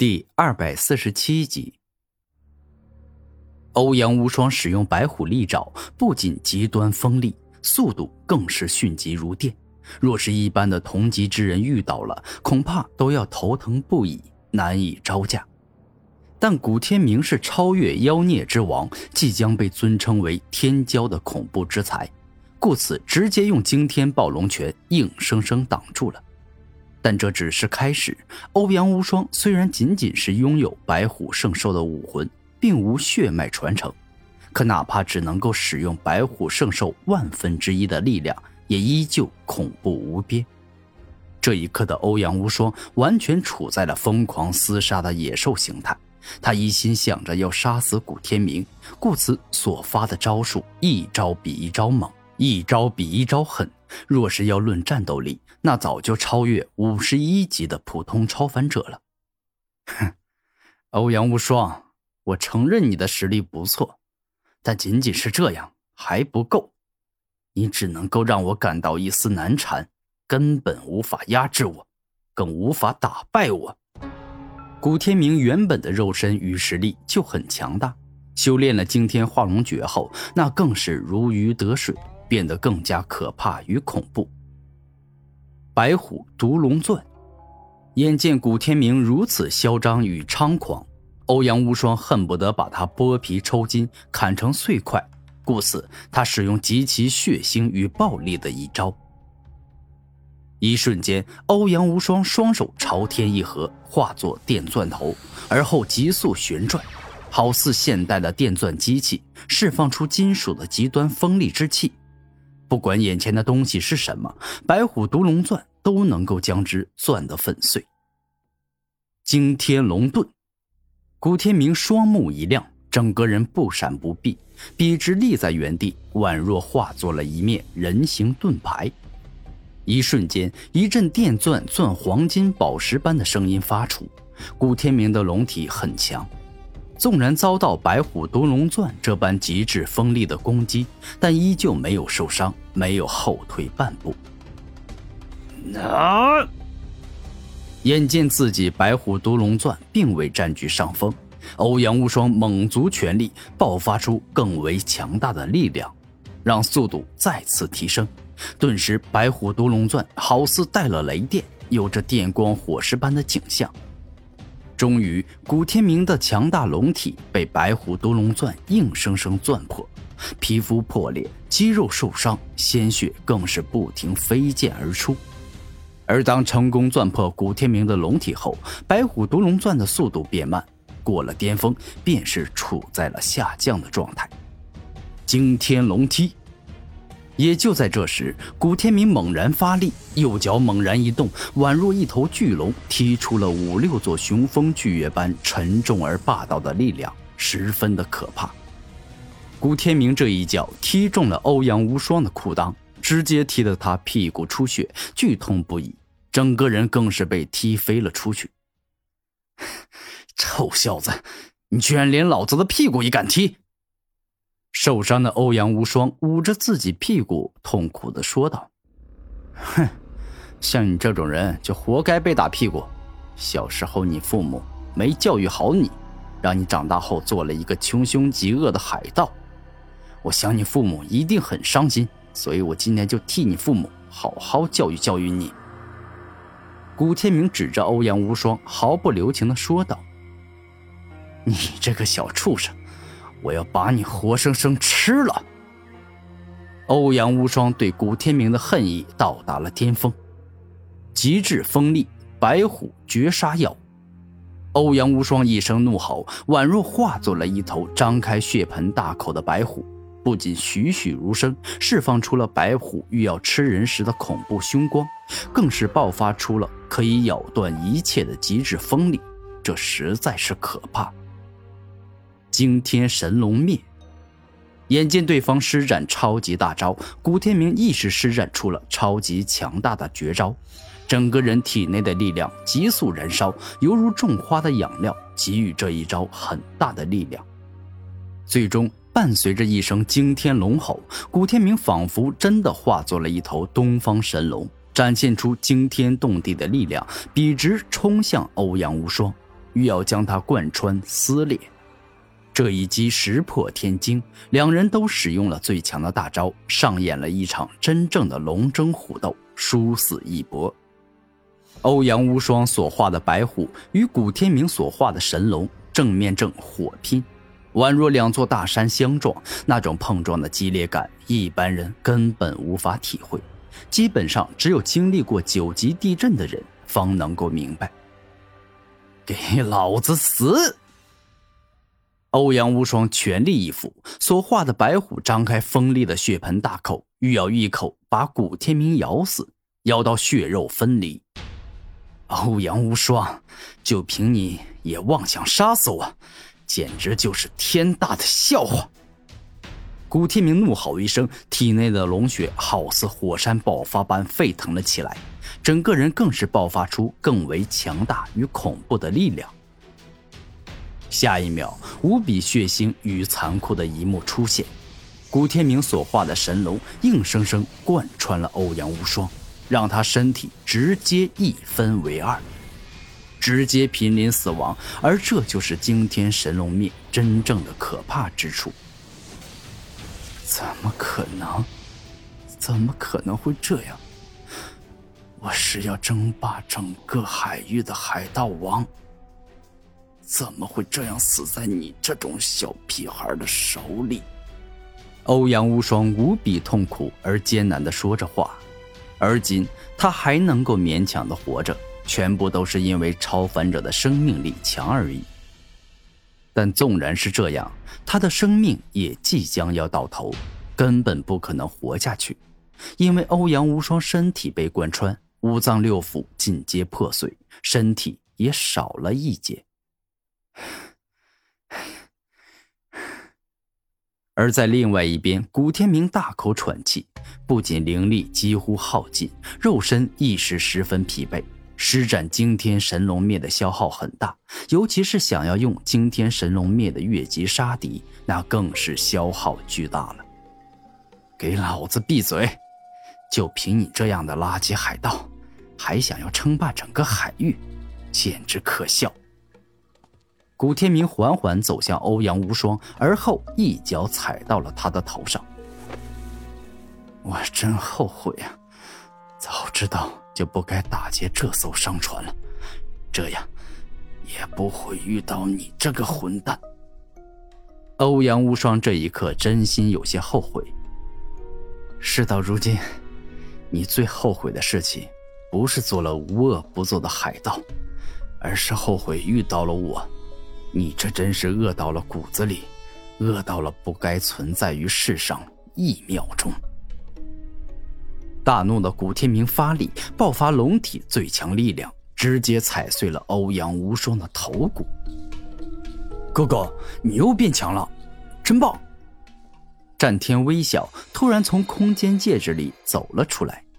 第247集。欧阳无双使用白虎利爪，不仅极端锋利，速度更是迅疾如电。若是一般的同级之人遇到了，恐怕都要头疼不已，难以招架。但古天明是超越妖孽之王，即将被尊称为天骄的恐怖之才，故此直接用惊天暴龙拳硬生生挡住了。但这只是开始，欧阳无双虽然仅仅是拥有白虎圣兽的武魂，并无血脉传承，可哪怕只能够使用白虎圣兽1/1000的力量，也依旧恐怖无边。这一刻的欧阳无双完全处在了疯狂厮杀的野兽形态，他一心想着要杀死古天明，故此所发的招数一招比一招猛，一招比一招狠。若是要论战斗力，那早就超越51级的普通超凡者了。哼，欧阳无双，我承认你的实力不错，但仅仅是这样还不够，你只能够让我感到一丝难缠，根本无法压制我，更无法打败我。古天明原本的肉身与实力就很强大，修炼了惊天化龙诀后，那更是如鱼得水，变得更加可怕与恐怖。白虎毒龙钻，眼见古天明如此嚣张与猖狂，欧阳无双恨不得把他剥皮抽筋，砍成碎块，故此他使用极其血腥与暴力的一招。一瞬间，欧阳无双双手朝天一合，化作电钻头，而后急速旋转，好似现代的电钻机器，释放出金属的极端锋利之气。不管眼前的东西是什么，白虎毒龙钻都能够将之钻得粉碎。惊天龙盾，古天明双目一亮，整个人不闪不避，笔直立在原地，宛若化作了一面人形盾牌。一瞬间，一阵电钻钻黄金宝石般的声音发出。古天明的龙体很强，纵然遭到白虎毒龙钻这般极致锋利的攻击，但依旧没有受伤，没有后退半步。眼见自己白虎毒龙钻并未占据上风，欧阳无双猛足全力，爆发出更为强大的力量，让速度再次提升。顿时白虎毒龙钻好似带了雷电，有着电光火石般的景象。终于，古天明的强大龙体被白虎毒龙钻硬生生钻破，皮肤破裂，肌肉受伤，鲜血更是不停飞溅而出。而当成功钻破古天明的龙体后，白虎毒龙钻的速度变慢，过了巅峰便是处在了下降的状态。惊天龙踢。也就在这时，古天明猛然发力，右脚猛然一动，宛若一头巨龙，踢出了5-6座雄风巨岳般沉重而霸道的力量，十分的可怕。古天明这一脚踢中了欧阳无双的裤裆，直接踢得他屁股出血，剧痛不已，整个人更是被踢飞了出去。臭小子，你居然连老子的屁股也敢踢！受伤的欧阳无双捂着自己屁股，痛苦地说道：哼，像你这种人就活该被打屁股。小时候你父母没教育好你，让你长大后做了一个穷凶极恶的海盗。我想你父母一定很伤心，所以我今天就替你父母好好教育教育你。古天明指着欧阳无双，毫不留情地说道：你这个小畜生，我要把你活生生吃了！欧阳无双对古天明的恨意到达了巅峰，极致锋利，白虎绝杀药。欧阳无双一声怒吼，宛若化作了一头张开血盆大口的白虎，不仅栩栩如生，释放出了白虎欲要吃人时的恐怖凶光，更是爆发出了可以咬断一切的极致锋利，这实在是可怕。惊天神龙灭，眼见对方施展超级大招，古天明亦是施展出了超级强大的绝招，整个人体内的力量急速燃烧，犹如种花的养料，给予这一招很大的力量。最终伴随着一声惊天龙吼，古天明仿佛真的化作了一头东方神龙，展现出惊天动地的力量，笔直冲向欧阳无双。 欲要将他贯穿撕裂。这一击石破天惊，两人都使用了最强的大招，上演了一场真正的龙争虎斗，殊死一搏。欧阳无双所画的白虎与古天明所画的神龙正面正火拼，宛若两座大山相撞，那种碰撞的激烈感，一般人根本无法体会，基本上只有经历过9级地震的人方能够明白。给老子死！欧阳无双全力以赴，所画的白虎张开锋利的血盆大口，欲要一口把古天明咬死，咬到血肉分离。欧阳无双，就凭你也妄想杀死我，简直就是天大的笑话！古天明怒吼一声，体内的龙血好似火山爆发般沸腾了起来，整个人更是爆发出更为强大与恐怖的力量。下一秒，无比血腥与残酷的一幕出现，古天明所画的神龙硬生生贯穿了欧阳无双，让他身体直接一分为二，直接濒临死亡。而这就是惊天神龙灭真正的可怕之处。怎么可能？怎么可能会这样？我是要争霸整个海域的海盗王，怎么会这样死在你这种小屁孩的手里？欧阳无双无比痛苦而艰难地说着话，而今他还能够勉强地活着，全部都是因为超凡者的生命力强而已。但纵然是这样，他的生命也即将要到头，根本不可能活下去，因为欧阳无双身体被贯穿，五脏六腑尽皆破碎，身体也少了一截。而在另外一边，古天明大口喘气，不仅灵力几乎耗尽，肉身亦是十分疲惫。施展惊天神龙灭的消耗很大，尤其是想要用惊天神龙灭的越级杀敌，那更是消耗巨大了。给老子闭嘴！就凭你这样的垃圾海盗，还想要称霸整个海域，简直可笑！古天明缓缓走向欧阳无双，而后一脚踩到了他的头上。我真后悔啊，早知道就不该打劫这艘商船了，这样也不会遇到你这个混蛋。欧阳无双这一刻真心有些后悔。事到如今，你最后悔的事情不是做了无恶不作的海盗，而是后悔遇到了我。你这真是恶到了骨子里，恶到了不该存在于世上1秒钟。大怒的古天明发力，爆发龙体最强力量，直接踩碎了欧阳无双的头骨。哥哥，你又变强了，真棒！战天微笑，突然从空间戒指里走了出来，